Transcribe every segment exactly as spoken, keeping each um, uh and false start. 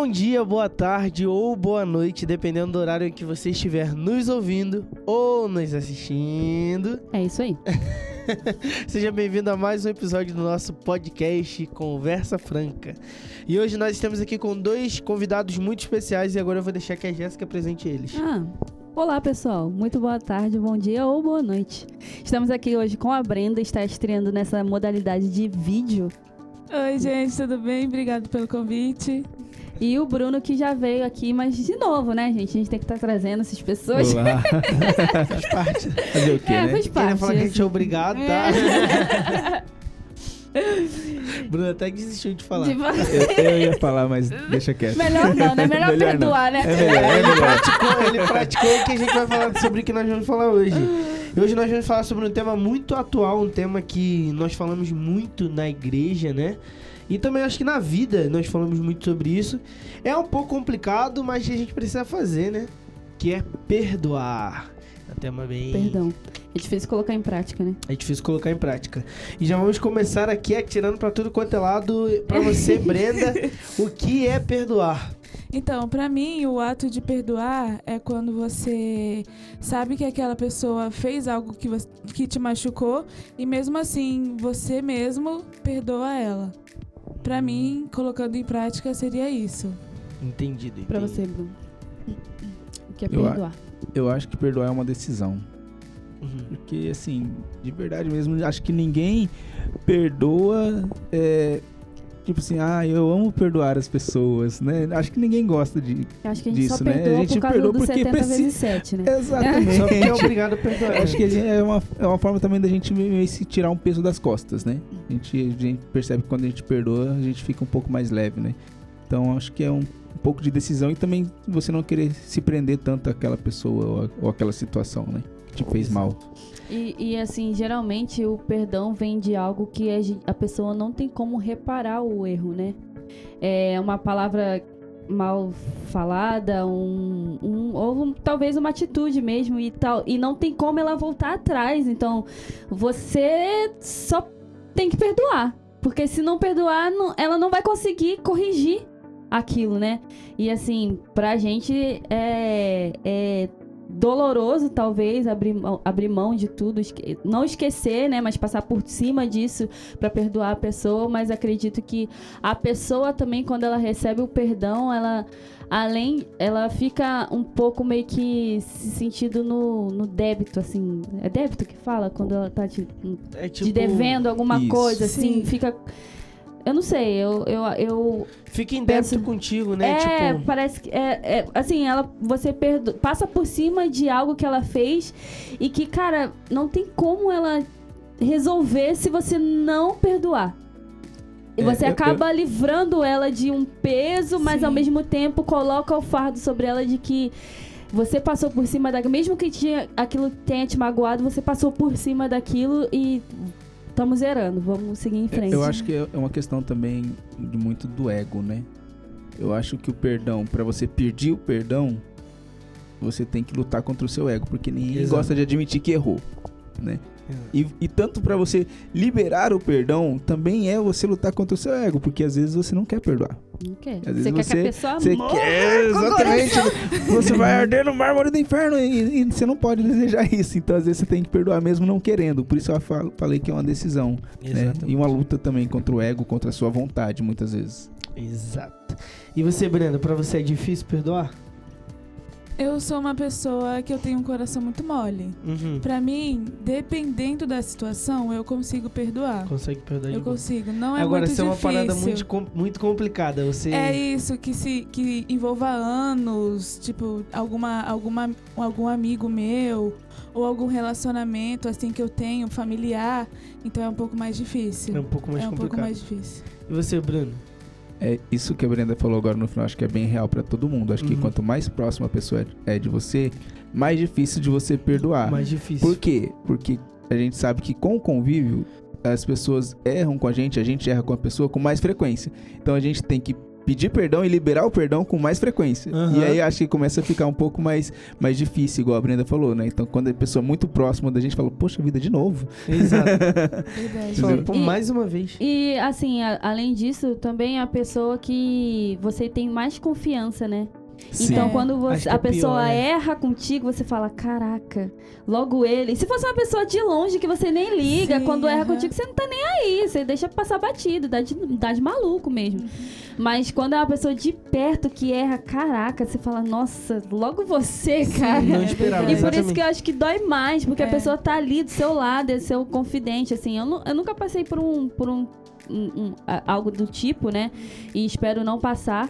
Bom dia, boa tarde ou boa noite, dependendo do horário em que você estiver nos ouvindo ou nos assistindo. É isso aí. Seja bem-vindo a mais um episódio do nosso podcast Conversa Franca. E hoje nós estamos aqui com dois convidados muito especiais e agora eu vou deixar que a Jéssica apresente eles. Ah, olá pessoal, muito boa tarde, bom dia ou boa noite. Estamos aqui hoje com a Brenda, está estreando nessa modalidade de vídeo. Oi gente, tudo bem? Obrigado pelo convite. E o Bruno, que já veio aqui, mas de novo, né, gente? A gente tem que estar tá trazendo essas pessoas. Olá. Faz parte. Fazer o quê, é, né? faz parte. Queria falar que a gente é obrigado, tá? É. Bruno até desistiu de falar. De... Eu, eu ia falar, mas deixa quieto. Melhor não, né? Melhor, Melhor perdoar, não. né? É melhor, é Ele melhor. praticou, ele praticou o que a gente vai falar sobre o que nós vamos falar hoje. E hoje nós vamos falar sobre um tema muito atual, um tema que nós falamos muito na igreja, né? E também acho que na vida nós falamos muito sobre isso. É um pouco complicado, mas a gente precisa fazer, né? Que é perdoar. É um tema bem... Perdão. É difícil colocar em prática, né? É difícil colocar em prática. E já vamos começar aqui atirando pra tudo quanto é lado. Pra você, Brenda, o que é perdoar? Então, pra mim, o ato de perdoar é quando você sabe que aquela pessoa fez algo que, você, que te machucou e mesmo assim, você mesmo perdoa ela. Pra mim, colocando em prática, seria isso. Entendido, entendido. Pra você, Bruno. O que é Eu a- perdoar? Eu acho que perdoar é uma decisão. Uhum. Porque, assim, de verdade mesmo, acho que ninguém perdoa, é, tipo assim, ah, eu amo perdoar as pessoas, né? Acho que ninguém gosta de... Eu acho que a gente disso, só né? perdoa A gente por causa perdoa do porque setenta precisa- vezes sete, né? Exatamente. Só porque é obrigado a perdoar. Acho que a gente- é, uma, é uma forma também da gente meio se tirar um peso das costas, né? A gente, a gente percebe que quando a gente perdoa, a gente fica um pouco mais leve, né? Então, acho que é um, um pouco de decisão e também você não querer se prender tanto àquela pessoa ou, a- ou àquela situação, né? Que te fez mal. E, e, assim, geralmente o perdão vem de algo que a, gen- a pessoa não tem como reparar o erro, né? É uma palavra mal falada, um, um, ou um- talvez uma atitude mesmo e tal, e não tem como ela voltar atrás. Então, você só tem que perdoar, porque se não perdoar, não- ela não vai conseguir corrigir aquilo, né? E assim, pra gente é... é doloroso, talvez, abrir mão, abrir mão de tudo, esque- não esquecer, né, mas passar por cima disso para perdoar a pessoa, mas acredito que a pessoa também, quando ela recebe o perdão, ela, além, ela fica um pouco meio que se sentindo no, no débito, assim, é débito que fala? Quando ela tá te, É te devendo alguma Isso. coisa, assim, Sim. fica... Eu não sei, eu... eu, eu Fica em débito Penso- contigo, né? É, Tipo, parece que é, é, assim, ela você perdo, passa por cima de algo que ela fez e que, cara, não tem como ela resolver se você não perdoar. E É, você eu- acaba livrando ela de um peso, mas Sim. ao mesmo tempo coloca o fardo sobre ela de que você passou por cima da, mesmo que tinha, aquilo tenha te magoado, você passou por cima daquilo e estamos zerando, vamos seguir em frente. Eu acho que é uma questão também de muito do ego, né? Eu acho que o perdão, pra você pedir o perdão, você tem que lutar contra o seu ego, porque ninguém Exato. gosta de admitir que errou, né? Exato. E, e tanto pra você liberar o perdão, também é você lutar contra o seu ego, porque às vezes você não quer perdoar. Não quer. Às vezes Você quer que você- a pessoa Você morra quer, com o exatamente. coração. Você vai arder no mármore do inferno e, e você não pode desejar isso. Então, às vezes, você tem que perdoar mesmo não querendo. Por isso eu falo- falei que é uma decisão, né? Exatamente. E uma luta também contra o ego, contra a sua vontade, muitas vezes. Exato. E você, Brenda, pra você é difícil perdoar? Eu sou uma pessoa que eu tenho um coração muito mole. Uhum. Pra mim, dependendo da situação, eu consigo perdoar. Consegue perdoar de Eu boa. consigo, não é Agora, muito isso é uma difícil. parada muito, com- muito complicada. Você... É isso, que se que envolva anos, tipo, alguma, alguma, algum amigo meu, ou algum relacionamento assim que eu tenho, familiar, então é um pouco mais difícil. É um pouco mais é um complicado. pouco mais difícil. E você, Bruno? É isso que a Brenda falou agora no final, acho que é bem real pra todo mundo. Acho que Uhum. quanto mais próxima a pessoa é de você, mais difícil de você perdoar. Mais difícil. Por quê? Porque a gente sabe que com o convívio, as pessoas erram com a gente, a gente erra com a pessoa com mais frequência. Então a gente tem que pedir perdão e liberar o perdão com mais frequência. Uhum. E aí acho que começa a ficar um pouco mais, mais difícil, igual a Brenda falou, né? Então quando a pessoa é muito próxima da gente fala, poxa vida, de novo. Exato. Verdade. Fala, pô, E- mais uma vez. E, assim, a- além disso, também é a pessoa que você tem mais confiança, né? Sim. Então, É. quando Acho você, que a é pior, pessoa é. erra contigo, você fala, caraca, logo ele. Se fosse uma pessoa de longe que você nem liga, Sim, quando erra aham. contigo, você não tá nem aí. Você deixa passar batido, dá de, dá de maluco mesmo. Mas quando é uma pessoa de perto que erra, caraca, você fala, nossa, logo você, cara. Não esperava, E por isso exatamente. que eu acho que dói mais, porque a É. pessoa tá ali do seu lado, é seu confidente, assim. Eu, nu- eu nunca passei por um... Por um um- um- a- algo do tipo, né? E espero não passar,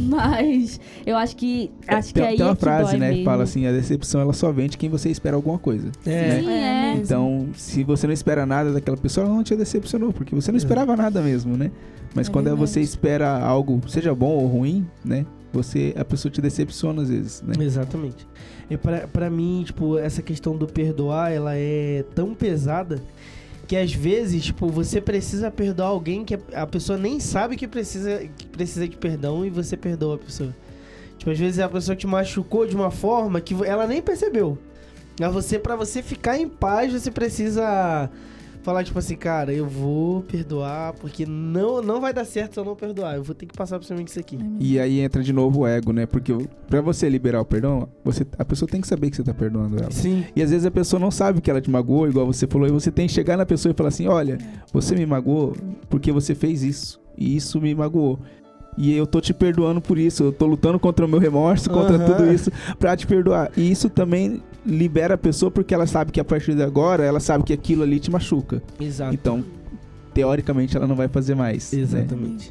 mas eu acho que acho que tem, aí tem uma é que frase, dói né? mesmo. Fala assim, a decepção ela só vem de quem você espera alguma coisa. É. Sim, É é. mesmo. Então, se você não espera nada daquela pessoa, ela não te decepcionou, porque você não esperava nada mesmo, né? Mas É quando verdade. você espera algo, seja bom ou ruim, né? Você, a pessoa te decepciona às vezes, né? Exatamente. E pra, pra mim, tipo, essa questão do perdoar, ela é tão pesada que às vezes, tipo, você precisa perdoar alguém que a a pessoa nem sabe que precisa, que precisa de perdão e você perdoa a pessoa. Tipo, às vezes a pessoa te machucou de uma forma que ela nem percebeu. Mas você, pra você ficar em paz, você precisa falar, tipo assim, cara, eu vou perdoar, porque não, não vai dar certo se eu não perdoar. Eu vou ter que passar por cima disso aqui. E aí entra de novo o ego, né? Porque o- pra você liberar o perdão, você, a pessoa tem que saber que você tá perdoando ela. Sim. E às vezes a pessoa não sabe que ela te magoou, igual você falou, e você tem que chegar na pessoa e falar assim, olha, você me magoou porque você fez isso, e isso me magoou. E eu tô te perdoando por isso, eu tô lutando contra o meu remorso, contra Aham. tudo isso, pra te perdoar. E isso também libera a pessoa porque ela sabe que a partir de agora, ela sabe que aquilo ali te machuca. Exato. Então, teoricamente, ela não vai fazer mais. né? Exatamente.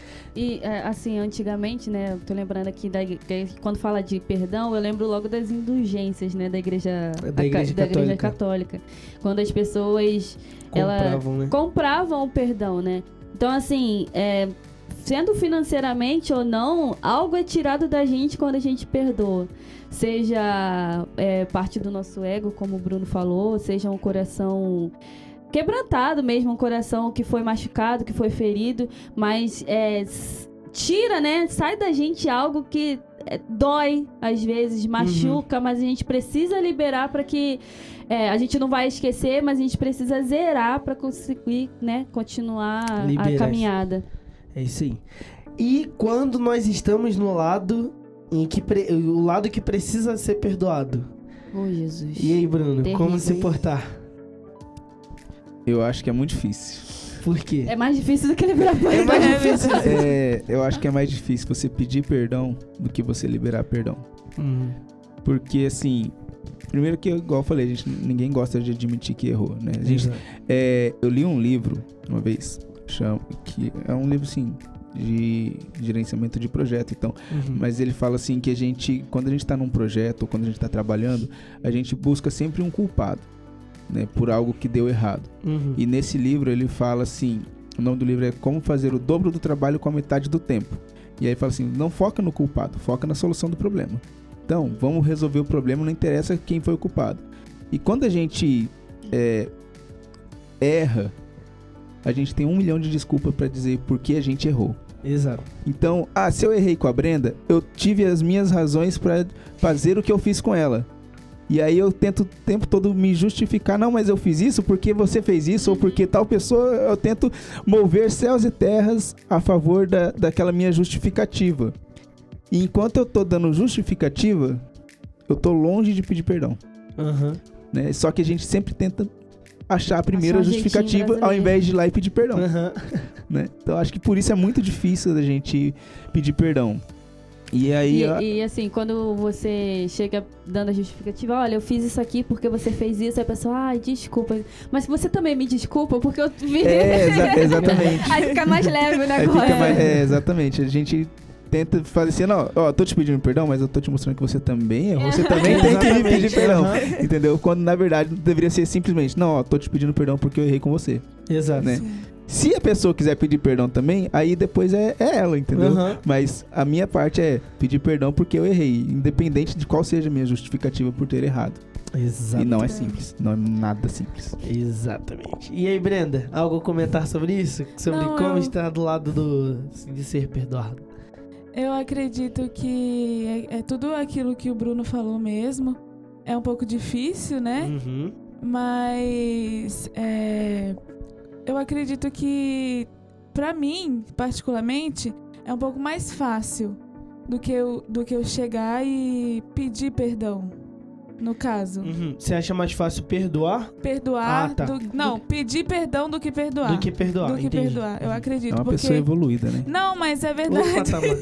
E, é, assim, antigamente, né, eu tô lembrando aqui, da, igre- quando fala de perdão, eu lembro logo das indulgências, né, da igreja, Da a ca- igreja da igreja católica. católica. Quando as pessoas ela- Compravam, né? compravam o perdão, né? Então, assim, é, sendo financeiramente ou não, algo é tirado da gente quando a gente perdoa. Seja é, parte do nosso ego, como o Bruno falou, seja um coração quebrantado mesmo, um coração que foi machucado, que foi ferido, mas é, s- tira, né? Sai da gente algo que é, dói, às vezes, machuca, mas a gente precisa liberar para que é, a gente não vai esquecer, mas a gente precisa zerar para conseguir, né, continuar Liberar a isso. caminhada. É isso aí. E quando nós estamos no lado em que pre- o lado que precisa ser perdoado. Oh, Jesus. E aí, Bruno, Terrível, como se hein? portar? Eu acho que é muito difícil. Por quê? É mais difícil do que liberar É perdão. mais difícil. É, eu acho que é mais difícil você pedir perdão do que você liberar perdão. Hum, Porque, assim, primeiro que, igual eu falei, a gente, ninguém gosta de admitir que errou, né? A gente, exato. é, eu li um livro uma vez, chama, que é um livro, assim, de gerenciamento de projeto, então. Uhum. Mas ele fala, assim, que a gente, quando a gente tá num projeto ou quando a gente tá trabalhando, a gente busca sempre um culpado, né? Por algo que deu errado. Uhum. E nesse livro ele fala assim, o nome do livro é Como Fazer o Dobro do Trabalho com a Metade do Tempo. E aí fala assim, não foca no culpado, foca na solução do problema. Então, vamos resolver o problema, não interessa quem foi o culpado. E quando a gente é, erra, a gente tem um milhão de desculpas para dizer por que a gente errou. Exato. Então, ah, se eu errei com a Brenda, eu tive as minhas razões para fazer o que eu fiz com ela. E aí eu tento o tempo todo me justificar, não, mas eu fiz isso porque você fez isso, ou porque tal pessoa, eu tento mover céus e terras a favor da, daquela minha justificativa. E enquanto eu tô dando justificativa, eu tô longe de pedir perdão, Aham. né? Só que a gente sempre tenta achar a primeira Achar um jeitinho justificativa ao brasileiro. invés de ir lá e pedir perdão, Aham. né? Então acho que por isso é muito difícil da gente pedir perdão. E aí... E, a- e, assim, quando você chega dando a justificativa, olha, eu fiz isso aqui porque você fez isso, aí a pessoa, ai, desculpa. Mas você também me desculpa porque eu vi. É, exa- exatamente. Aí fica mais leve o Aí negócio. fica mais, é, exatamente. A gente tenta fazer assim, não, ó, tô te pedindo perdão, mas eu tô te mostrando que você também errou. Você também tem que me pedir Exatamente, perdão. aham. Entendeu? Quando na verdade deveria ser simplesmente, não, ó, tô te pedindo perdão porque eu errei com você. Exato. Né? Se a pessoa quiser pedir perdão também, aí depois é, é ela, entendeu? Aham. Mas a minha parte é pedir perdão porque eu errei, independente de qual seja a minha justificativa por ter errado. Exato. E não é simples, não é nada simples. Exatamente. E aí, Brenda, algo a comentar sobre isso? Sobre Não, como eu- estar do lado do de ser perdoado? Eu acredito que é, é tudo aquilo que o Bruno falou mesmo. É um pouco difícil, né? Uhum. Mas é, eu acredito que, pra mim, particularmente, é um pouco mais fácil do que eu, do que eu chegar e pedir perdão, no caso. Uhum. Você acha mais fácil perdoar Perdoar, Ah, tá. do, não, pedir perdão do que perdoar. do que perdoar? Do que Entendi. perdoar, eu acredito. É uma porque... pessoa evoluída, né? Não, mas é Outro verdade. patamar.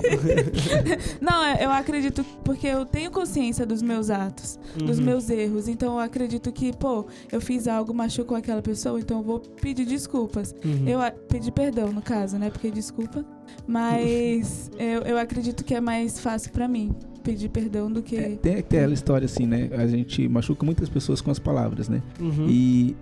Não, eu acredito porque eu tenho consciência dos meus atos, dos Uhum. meus erros. Então eu acredito que, pô, eu fiz algo, machucou aquela pessoa, então eu vou pedir desculpas. Uhum. Eu a- pedir perdão, no caso, né? Porque desculpa. Mas eu, eu acredito que é mais fácil pra mim pedir perdão do que... É, tem, tem aquela história assim, né? A gente machuca muitas pessoas com as palavras, né? Uhum. E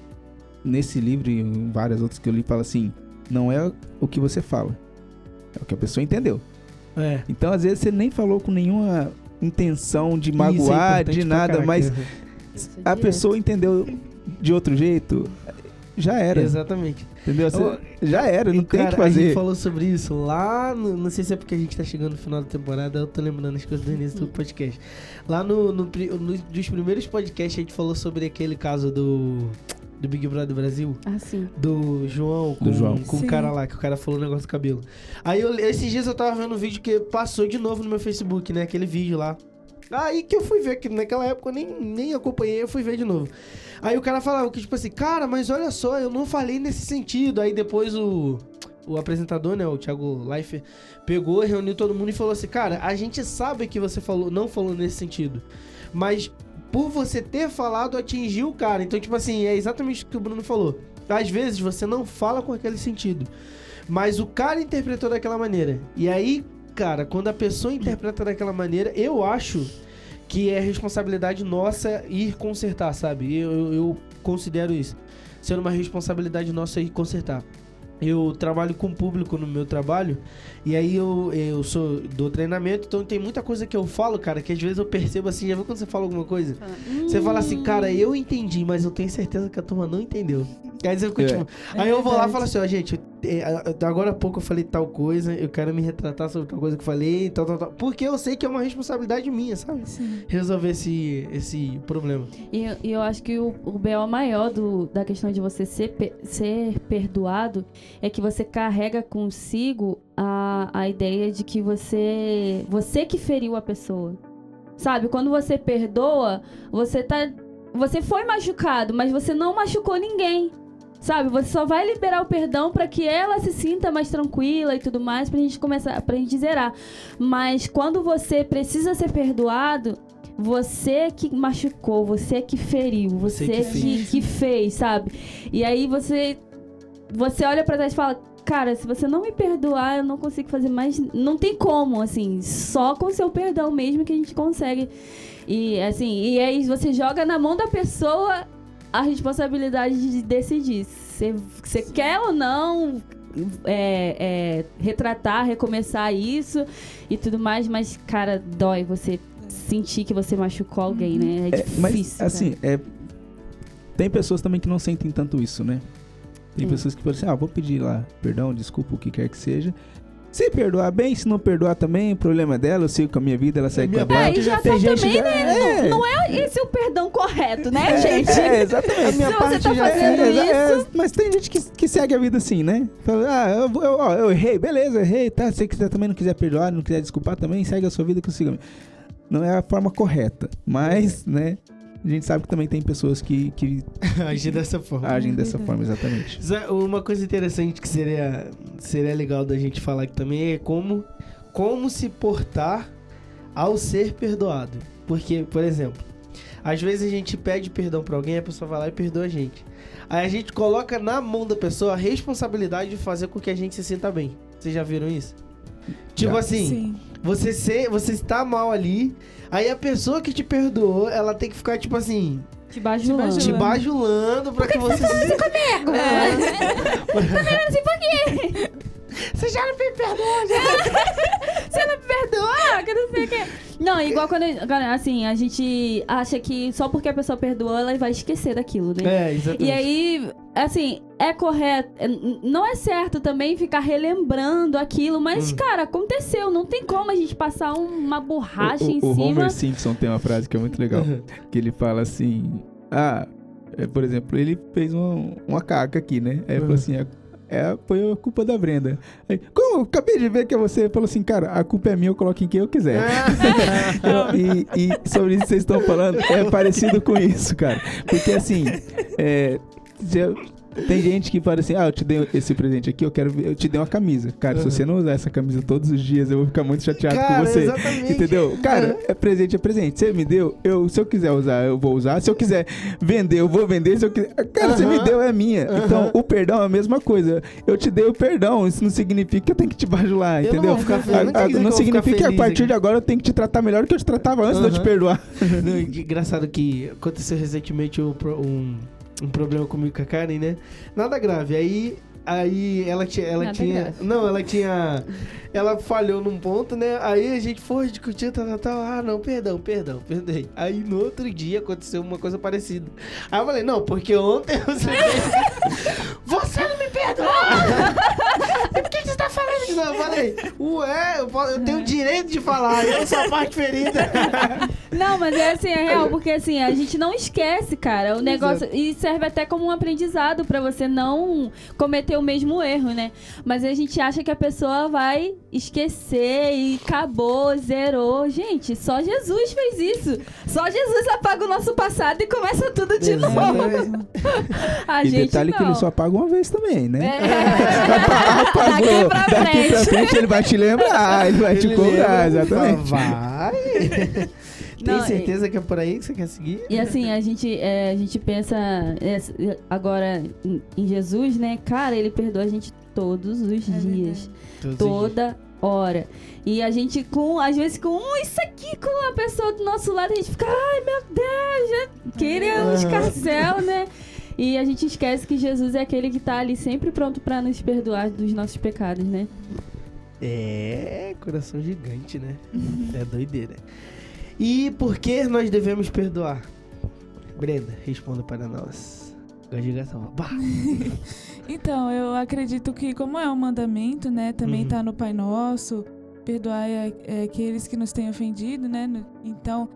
nesse livro e em várias outras que eu li, fala assim, não é o que você fala, é o que a pessoa entendeu. É. Então, às vezes, você nem falou com nenhuma intenção de Isso é magoar, importante de pra nada, caraca. mas Isso a direto. pessoa entendeu de outro jeito, já era, Exatamente. entendeu? Você- Ô, já era, não E, tem o cara, que a gente fazer. falou sobre isso lá no, não sei se é porque a gente tá chegando no final da temporada, eu tô lembrando as coisas do início do podcast. Lá no, no, pri- no- dos primeiros podcasts a gente falou sobre aquele caso do, do Big Brother Brasil, Ah, sim. do João com, Do João. com o Sim. cara lá, que o cara falou o negócio do cabelo. Aí eu- esses dias eu tava vendo um vídeo que passou de novo no meu Facebook, né, aquele vídeo lá. Aí que eu fui ver, que naquela época eu nem, nem acompanhei, eu fui ver de novo. Aí o cara falava que, tipo assim, cara, mas olha só, eu não falei nesse sentido. Aí depois o, o apresentador, né, o Thiago Leifert, pegou, reuniu todo mundo e falou assim, cara, a gente sabe que você falou, não falou nesse sentido, mas por você ter falado, atingiu o cara. Então, tipo assim, é exatamente o que o Bruno falou. Às vezes você não fala com aquele sentido, mas o cara interpretou daquela maneira. E aí, cara, quando a pessoa interpreta daquela maneira, eu acho que é responsabilidade nossa ir consertar, sabe? Eu, eu, eu considero isso sendo uma responsabilidade nossa ir consertar. Eu trabalho com público no meu trabalho e aí eu, eu sou do treinamento, então tem muita coisa que eu falo, cara, que às vezes eu percebo assim, já viu quando você fala alguma coisa? Você fala assim, cara, eu entendi, mas eu tenho certeza que a turma não entendeu. Aí você fica, É. tipo, É aí eu vou lá e verdade. falo assim, ó, gente, é, agora há pouco eu falei tal coisa, eu quero me retratar sobre tal coisa que eu falei, tal, tal, tal. Porque eu sei que é uma responsabilidade minha, sabe? Sim. Resolver esse, esse problema. E, e eu acho que o, o B O maior do, da questão de você ser, pe- ser perdoado é que você carrega consigo a, a ideia de que você, você que feriu a pessoa. Sabe? Quando você perdoa, você tá. Você foi machucado, mas você não machucou ninguém. Sabe? Você só vai liberar o perdão pra que ela se sinta mais tranquila e tudo mais, pra gente começar, pra gente zerar. Mas quando você precisa ser perdoado, você que machucou, você que feriu, Você você, que que, fez. que fez, sabe? E aí você você olha pra trás e fala, cara, se você não me perdoar, eu não consigo fazer mais, não tem como, assim, só com seu perdão mesmo que a gente consegue. E assim, e aí você joga na mão da pessoa a responsabilidade de decidir se você quer ou não é, é, retratar, recomeçar isso e tudo mais, mas, cara, dói você sentir que você machucou alguém, né? É É, difícil. mas, cara. assim, é, tem pessoas também que não sentem tanto isso, né? Tem Hum. pessoas que falam assim, ah, vou pedir lá perdão, desculpa, o que quer que seja. Se perdoar bem, se não perdoar também, o problema é dela, eu sigo com a minha vida, ela segue minha com a dela. É, e já Tem tá gente também, já- né? é. Não, não é esse o perdão correto, né, É, gente? É, exatamente. A minha Se você parte tá já fazendo fez. É, é, isso- mas tem gente que, que segue a vida assim, né? Fala, ah, eu, vou- eu, ó, eu errei, beleza, errei, tá? Se você quiser, também não quiser perdoar, não quiser desculpar, também segue a sua vida que eu sigo a minha. Não é a forma correta, mas, né? A gente sabe que também tem pessoas que, que Agir dessa forma. agem É dessa verdade. forma, exatamente. Zé, uma coisa interessante que seria, seria legal da gente falar aqui também é como, como se portar ao ser perdoado. Porque, por exemplo, às vezes a gente pede perdão pra alguém e a pessoa vai lá e perdoa a gente. Aí a gente coloca na mão da pessoa a responsabilidade de fazer com que a gente se sinta bem. Vocês já viram isso? Tipo Já. assim, Sim. você, ser, você está mal ali, aí a pessoa que te perdoou, ela tem que ficar, tipo assim, Te bajulando. te bajulando pra que você se sinta comigo. Você já não me perdoou, já. Você não me perdoa, que não sei o quê. Não, igual quando, quando, assim, a gente acha que só porque a pessoa perdoou, ela vai esquecer daquilo, né? É, exatamente. E aí, assim, é correto, é, n- não é certo também ficar relembrando aquilo, mas, Hum. cara, aconteceu, não tem como a gente passar um- uma borracha o, em o, o cima. Homer Simpson tem uma frase que é muito legal. Que ele fala assim... Ah, é, por exemplo, ele fez uma, uma caca aqui, né? Aí ele falou Uhum. assim... É, é, foi a culpa da Brenda. Aí, como eu acabei de ver que é você, ele falou assim, cara, a culpa é minha, eu coloco em quem eu quiser. e, e sobre isso que vocês estão falando, é parecido com isso, cara. Porque assim, é, já- tem gente que fala assim, ah, eu te dei esse presente aqui, eu quero ver- eu te dei uma camisa. Cara, Uhum. se você não usar essa camisa todos os dias, eu vou ficar muito chateado Cara, com você. exatamente. Entendeu? Cara, é presente, é presente. Você me deu, eu, se eu quiser usar, eu vou usar. Se eu quiser vender, eu vou vender. Se eu quiser... Cara, você me Aham. deu, é minha. Aham. Então, o perdão é a mesma coisa. Eu te dei o perdão, isso não significa que eu tenho que te bajular, Eu não entendeu? vou ficar feliz, A- não quer a- dizer que não eu vou ficar significa que a feliz partir aqui. de agora eu tenho que te tratar melhor do que eu te tratava antes de eu te Aham. perdoar. Não, que engraçado que aconteceu recentemente um, pro- um, um problema comigo com a Karen, né? Nada grave. Aí, aí ela tinha. Ela Nada tinha grave. não, ela tinha. Ela falhou num ponto, né? Aí a gente foi discutir, tal, tal, tal. Ah, não, perdão, perdão, perdoei. Aí no outro dia aconteceu uma coisa parecida. Aí eu falei, não, porque ontem você. Você não me perdoou! Por que que você tá falando isso? Não, eu falei, ué, eu, posso- eu tenho o direito de falar, eu sou a parte ferida. Não, mas é assim, é real, porque assim, a gente não esquece, cara, o negócio, e serve até como um aprendizado pra você não cometer o mesmo erro, né? Mas a gente acha que a pessoa vai esquecer e acabou, zerou. Gente, só Jesus fez isso. Só Jesus apaga o nosso passado e começa tudo de novo. Exatamente. A E gente detalhe não. que ele só paga uma vez também, né? É. Daqui pra Daqui pra frente. frente ele vai te lembrar, ele vai te Ele cobrar, lembra, exatamente. fala, Vai. Tem Não, certeza que é por aí que você quer seguir? E assim, a gente, é, a gente pensa é, agora em, em Jesus, né? Cara, ele perdoa a gente todos os dias. verdade. Todos os dias. Toda hora. E a gente, com, às vezes, com um, isso aqui, com a pessoa do nosso lado, a gente fica, ai meu Deus, já queria um Aham. escarcel, né? E a gente esquece que Jesus é aquele que tá ali sempre pronto pra nos perdoar dos nossos pecados, né? É, coração gigante, né? É doideira. E por que nós devemos perdoar? Brenda, responda para nós. Gosto de ligação. Bah. Então, eu acredito que como é um mandamento, né, também Uhum. tá no Pai Nosso, perdoar é, é, aqueles que nos têm ofendido, né? no- Então,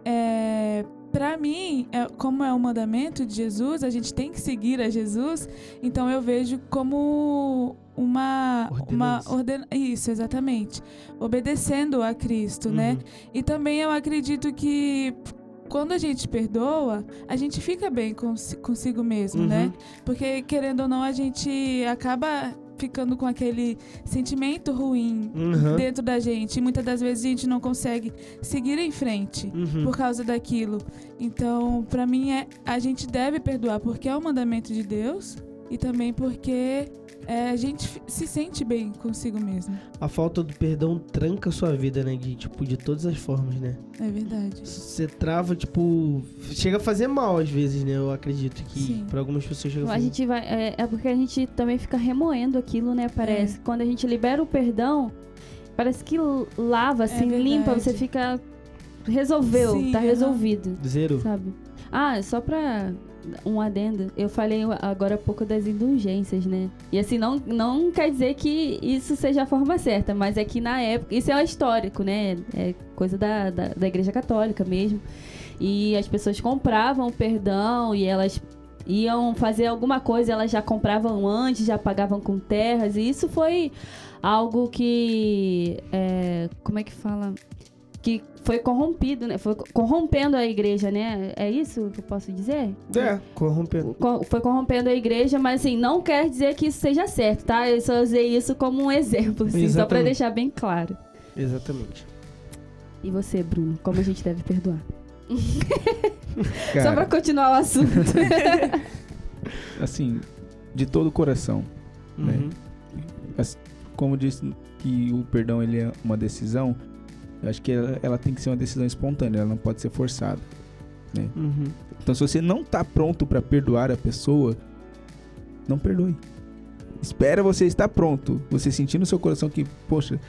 é, para mim, é, como é um mandamento de Jesus, a gente tem que seguir a Jesus. Então, eu vejo como uma uma Ordenança. orden... isso, exatamente, obedecendo a Cristo, né? Uhum. E também eu acredito que quando a gente perdoa, a gente fica bem consi- consigo mesmo, Uhum. né? Porque, querendo ou não, a gente acaba ficando com aquele sentimento ruim Uhum. dentro da gente. E muitas das vezes a gente não consegue seguir em frente Uhum. por causa daquilo. Então, pra mim, é, a gente deve perdoar porque é o mandamento de Deus e também porque é, a gente fi- se sente bem consigo mesmo. A falta do perdão tranca a sua vida, né? De, tipo, de todas as formas, né? É verdade. Você trava, tipo... Chega a fazer mal às vezes, né? Eu acredito que Sim. pra algumas pessoas chega a A fazer... gente vai, é, é porque a gente também fica remoendo aquilo, né? Parece. Quando a gente libera o perdão, parece que lava, assim, verdade. limpa, você fica. Resolveu, Sim, tá aham. resolvido, Zero. sabe? Ah, só pra um adendo, eu falei agora há pouco das indulgências, né? E assim, não, não quer dizer que isso seja a forma certa, mas é que na época, isso é histórico, né? É coisa da, da, da Igreja Católica mesmo. E as pessoas compravam o perdão e elas iam fazer alguma coisa, elas já compravam antes, já pagavam com terras, e isso foi algo que, é, como é que fala? Que foi corrompido, né? Foi corrompendo a igreja, né? É isso que eu posso dizer? É, corrompendo. Co- Foi corrompendo a igreja, mas assim, não quer dizer que isso seja certo, tá? Eu só usei isso como um exemplo, assim, só pra Exatamente. deixar bem claro. Exatamente. E você, Bruno, como a gente deve perdoar? Só Cara, pra continuar o assunto. assim, de todo o coração. Né? Uhum. As- Como disse que o perdão ele é uma decisão, eu acho que ela, ela tem que ser uma decisão espontânea, ela não pode ser forçada. Uhum. Então, se você não tá pronto pra perdoar a pessoa, não perdoe. Espera você estar pronto, você sentir no seu coração que, poxa,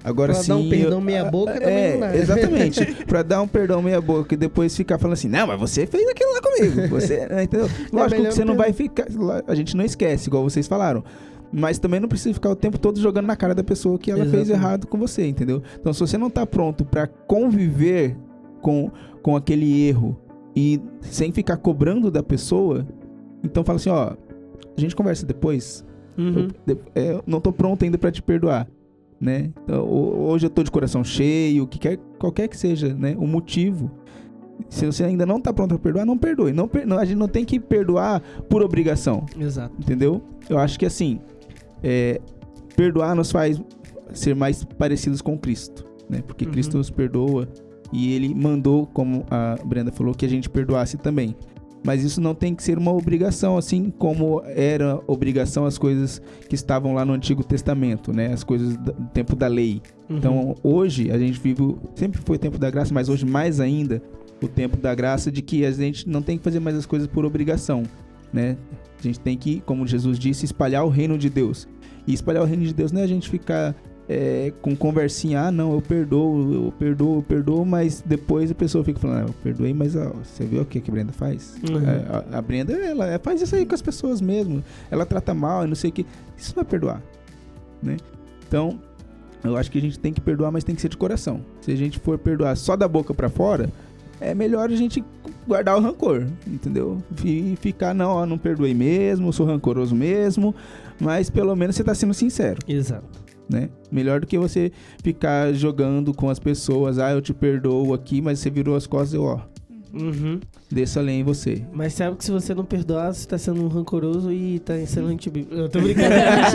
Agora pra sim. dar um perdão eu, meia boca, é, não dá. exatamente. Pra dar um perdão meia boca e depois ficar falando assim, não, mas você fez aquilo lá comigo. Você, entendeu? Lógico que você não vai ficar. A gente não esquece, igual vocês falaram. Mas também não precisa ficar o tempo todo jogando na cara da pessoa que ela Exatamente. fez errado com você, entendeu? Então, se você não tá pronto pra conviver com, com aquele erro e sem ficar cobrando da pessoa, então fala assim, ó, a gente conversa depois. Uhum. Eu, eu não tô pronto ainda pra te perdoar, né? Então, hoje eu tô de coração cheio, que quer, qualquer que seja, né, o motivo. Se você ainda não tá pronto pra perdoar, não perdoe. Não, não, a gente não tem que perdoar por obrigação. Exato. Entendeu? Eu acho que assim, é, perdoar nos faz ser mais parecidos com Cristo, né? Porque Uhum. Cristo nos perdoa e Ele mandou, como a Brenda falou, que a gente perdoasse também. Mas isso não tem que ser uma obrigação, assim como era obrigação as coisas que estavam lá no Antigo Testamento, né? As coisas do tempo da lei. Uhum. Então, hoje, a gente vive... Sempre foi o tempo da graça, mas hoje mais ainda o tempo da graça de que a gente não tem que fazer mais as coisas por obrigação, né? A gente tem que, como Jesus disse, espalhar o reino de Deus. E espalhar o reino de Deus não é a gente ficar é, com conversinha, ah, não, eu perdoo, eu perdoo, eu perdoo, mas depois a pessoa fica falando, ah, eu perdoei, mas ó, você viu o que, que a Brenda faz? Uhum. A, a Brenda, ela faz isso aí com as pessoas mesmo. Ela trata mal e não sei o que. Isso não é perdoar, né? Então, eu acho que a gente tem que perdoar, mas tem que ser de coração. Se a gente for perdoar só da boca pra fora, é melhor a gente guardar o rancor, entendeu? E ficar, não, ó, não perdoei mesmo, sou rancoroso mesmo, mas pelo menos você tá sendo sincero, Exato. né? Melhor do que você ficar jogando com as pessoas, ah, eu te perdoo aqui, mas você virou as costas e eu, ó, Uhum. desço além em você. Mas sabe que se você não perdoar, você tá sendo um rancoroso e tá sendo antibíblico. Eu tô brincando.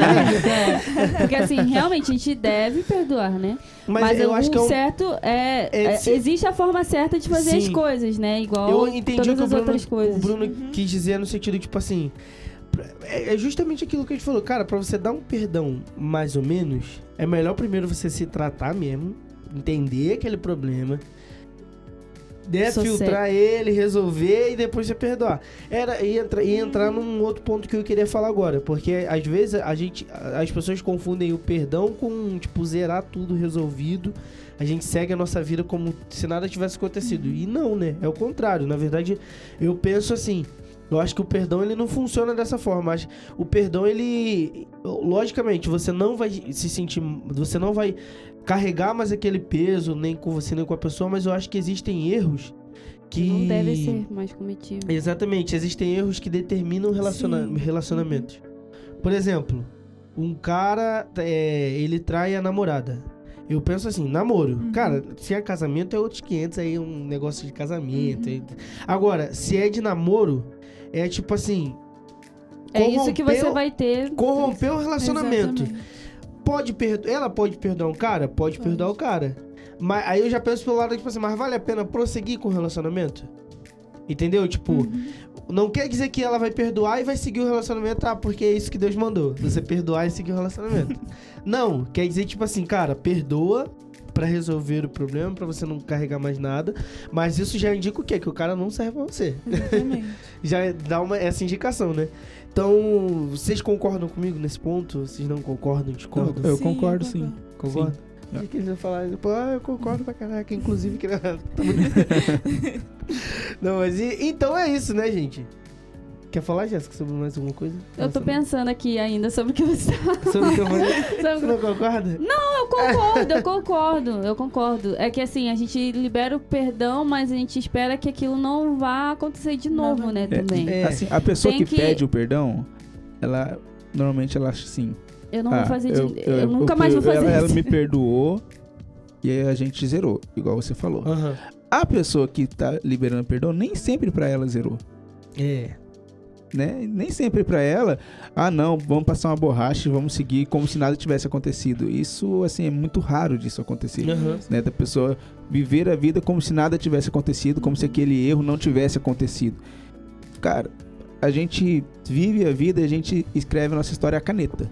É, porque assim, realmente a gente deve perdoar, né? Mas, Mas, eu o acho que é um... certo é, é é- se- existe a forma certa de fazer as Sim. coisas, né? Igual Eu entendi todas o que o as Bruno, outras o coisas. Bruno quis dizer no sentido, tipo assim... É é justamente aquilo que a gente falou. Cara, pra você dar um perdão mais ou menos, é melhor primeiro você se tratar mesmo, entender aquele problema, né, Sossego. filtrar ele, resolver e depois você perdoar. Era, e, entra, e entrar num outro ponto que eu queria falar agora, porque às vezes a gente, as pessoas confundem o perdão com, tipo, zerar tudo resolvido. A gente segue a nossa vida como se nada tivesse acontecido. E não, né? É o contrário. Na verdade, eu penso assim... Eu acho que o perdão, ele não funciona dessa forma. Mas o perdão, ele... Logicamente, você não vai se sentir... Você não vai carregar mais aquele peso, nem com você, nem com a pessoa. Mas eu acho que existem erros que... Não deve ser mais cometido. Exatamente. Existem erros que determinam relaciona... Sim. relacionamentos. Por exemplo, um cara... É, ele trai a namorada. Eu penso assim, namoro. Uhum. Cara, se é casamento, é outros quinhentos aí, um negócio de casamento. Uhum. aí. Agora, se é de namoro... É tipo assim... É isso que você corrompeu- vai ter. Corromper o relacionamento. Exatamente. Pode perdo... Ela pode perdoar um cara? Pode, Pode. perdoar o cara. Mas aí eu já penso pelo lado, tipo assim, mas vale a pena prosseguir com o relacionamento? Entendeu? Tipo, Uhum. não quer dizer que ela vai perdoar e vai seguir o relacionamento, ah, porque é isso que Deus mandou. Você perdoar e seguir o relacionamento. Não, quer dizer, tipo assim, cara, perdoa pra resolver o problema, pra você não carregar mais nada. Mas isso já indica o quê? Que o cara não serve pra você. Exatamente. Já dá uma, essa indicação, né? Então, vocês concordam comigo nesse ponto? Vocês não concordam, discordam? Eu Sim, concordo, sim. Concordo? Sim. Achei que eles iam falar, tipo, ah, eu concordo pra caraca, inclusive que... Tá muito- Não, mas e- então é isso, né, gente? Quer falar, Jéssica, sobre mais alguma coisa? Eu tô Nossa, pensando aqui ainda sobre o que você tá. Sobre o que eu falei? Sobre o Você que- não concorda? Eu concordo, eu concordo, eu concordo. É que assim, a gente libera o perdão, mas a gente espera que aquilo não vá acontecer de novo, né, É, também. É. Assim, a pessoa Tem que, que- pede o perdão, ela normalmente ela acha assim. Eu não ah, vou fazer de... Eu, nunca mais vou ela- fazer Ela isso. me perdoou e aí a gente zerou, igual você falou. Aham. A pessoa que tá liberando perdão, nem sempre pra ela zerou, É. né? Nem sempre pra ela, ah não, vamos passar uma borracha e vamos seguir como se nada tivesse acontecido. Isso, assim, é muito raro disso acontecer. Aham. Né, da pessoa viver a vida como se nada tivesse acontecido, como se aquele erro não tivesse acontecido. Cara, a gente vive a vida e a gente escreve a nossa história à caneta.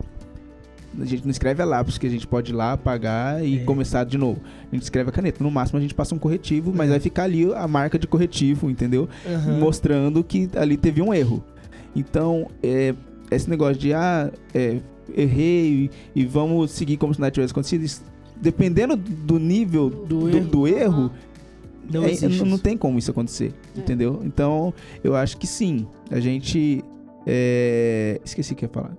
A gente não escreve a lápis, que a gente pode ir lá, apagar e É. começar de novo. A gente escreve a caneta. No máximo a gente passa um corretivo, mas É. vai ficar ali a marca de corretivo, entendeu? Aham. Mostrando que ali teve um erro. Então, é, esse negócio de, ah, é, errei e, e vamos seguir como se nada tivesse acontecido, isso dependendo do nível do, Do do, do erro, Não é, existe não, não isso. tem como isso acontecer, É. entendeu? Então, eu acho que sim. A gente... é, Esqueci o que ia falar.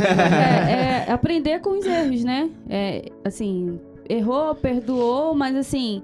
É, é aprender com os erros, né? É, assim, errou, perdoou, mas assim,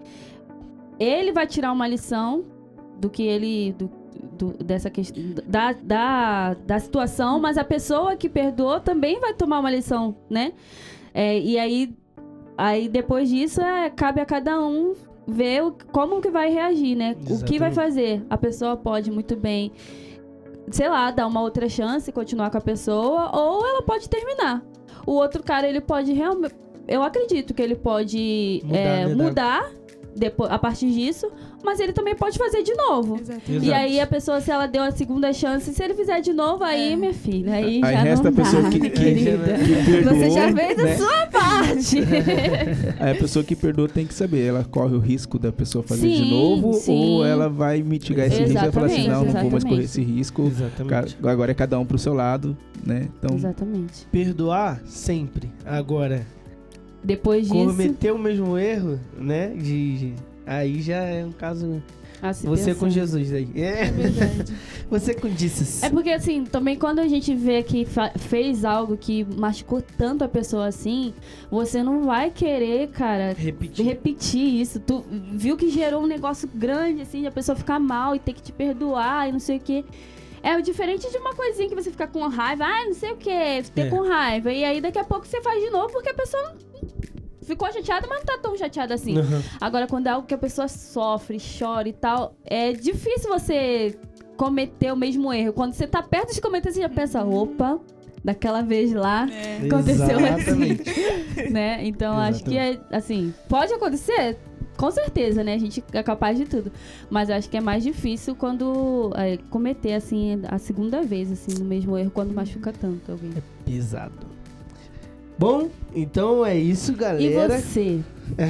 ele vai tirar uma lição do que ele... Do, do- dessa questão da, da, da situação, mas a pessoa que perdoou também vai tomar uma lição, né? É, e aí, aí depois disso, é, cabe a cada um ver o, como que vai reagir, né? O que vai Exatamente. fazer. A pessoa pode muito bem, sei lá, dar uma outra chance, continuar com a pessoa, ou ela pode terminar. O outro cara, ele pode realmente... Eu acredito que ele pode Mudar, é, né, mudar depois, a partir disso, mas ele também pode fazer de novo. Exatamente. Exato. E aí a pessoa, se ela deu a segunda chance, se ele fizer de novo, aí, É. minha filha, aí, Aí já resta não a pessoa dá, que- que- querida. que perdoou, Você já fez a né? sua parte. Aí a pessoa que perdoa tem que saber, ela corre o risco da pessoa fazer de Sim, novo sim. ou ela vai mitigar esse risco e falar assim, Exatamente, não, não vou mais correr exatamente. esse risco, Exatamente. Ca- agora é cada um pro seu lado, né? Então, Exatamente. Perdoar sempre. Agora, Depois disso, cometer o mesmo erro, né? De, de- aí já é um caso. a se Você pensar. com Jesus aí. É. É verdade. Você com Jesus. É porque, assim, também quando a gente vê que fa- fez algo que machucou tanto a pessoa assim, você não vai querer, cara, Repetir. repetir isso. Tu viu que gerou um negócio grande, assim, de a pessoa ficar mal e ter que te perdoar e não sei o quê. É diferente de uma coisinha que você fica com raiva, ah, não sei o quê, ter É. com raiva. E aí daqui a pouco você faz de novo porque a pessoa ficou chateada, mas não tá tão chateada assim. Uhum. Agora, quando é algo que a pessoa sofre, chora e tal, é difícil você cometer o mesmo erro. Quando você tá perto de cometer, você já pensa, opa, daquela vez lá, É. aconteceu Exatamente. né? Então, acho que é, assim, pode acontecer, com certeza, né? A gente é capaz de tudo. Mas acho que é mais difícil quando é, cometer, assim, a segunda vez, assim, no mesmo erro, quando machuca tanto alguém. Pesado. Bom, então é isso, E galera. você?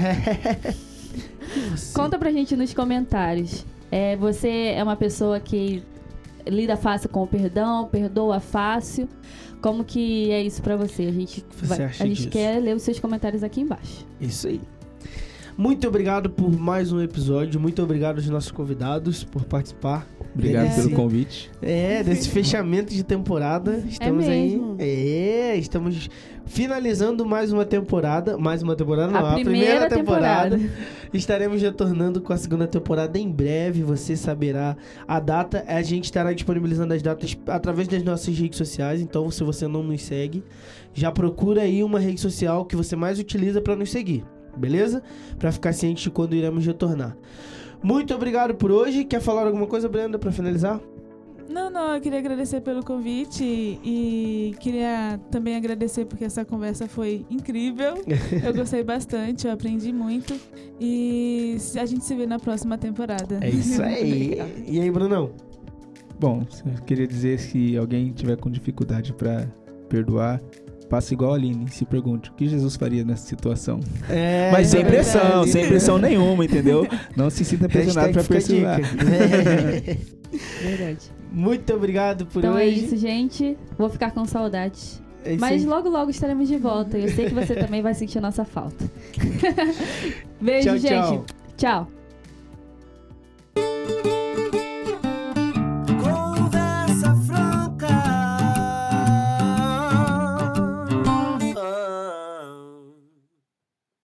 E você? Conta pra gente nos comentários. É, você é uma pessoa que lida fácil com o perdão, perdoa fácil? Como que é isso pra você? A gente, O que você vai- acha a gente disso? quer ler os seus comentários aqui embaixo. Isso aí. Muito obrigado por mais um episódio. Muito obrigado aos nossos convidados por participar. obrigado É. pelo Sim. convite. É, desse fechamento de temporada. Estamos mesmo? aí. É, estamos finalizando mais uma temporada. Mais uma temporada, não, a, primeira temporada. Estaremos retornando com a segunda temporada em breve. Você saberá a data. A gente estará disponibilizando as datas através das nossas redes sociais. Então, se você não nos segue, já procura aí uma rede social que você mais utiliza para nos seguir. Beleza? Para ficar ciente de quando iremos retornar. Muito obrigado por hoje. Quer falar alguma coisa, Brenda, para finalizar? Não, não, eu queria agradecer pelo convite e queria também agradecer porque essa conversa foi incrível. Eu gostei bastante, eu aprendi muito e a gente se vê na próxima temporada. É isso aí. E aí, Brunão? Bom, eu queria dizer que se alguém tiver com dificuldade pra perdoar, faça igual a Aline, se pergunte o que Jesus faria nessa situação. É, Mas sem é pressão, verdade. sem pressão nenhuma, entendeu? Não se sinta pressionado pra Hashtag fica a perseverar. dica. Verdade. Muito obrigado por Então hoje. é isso, gente. Vou ficar com saudade. É isso Mas aí. logo, logo estaremos de volta. Eu sei que você também vai sentir a nossa falta. Beijo, Tchau, gente. tchau. Tchau.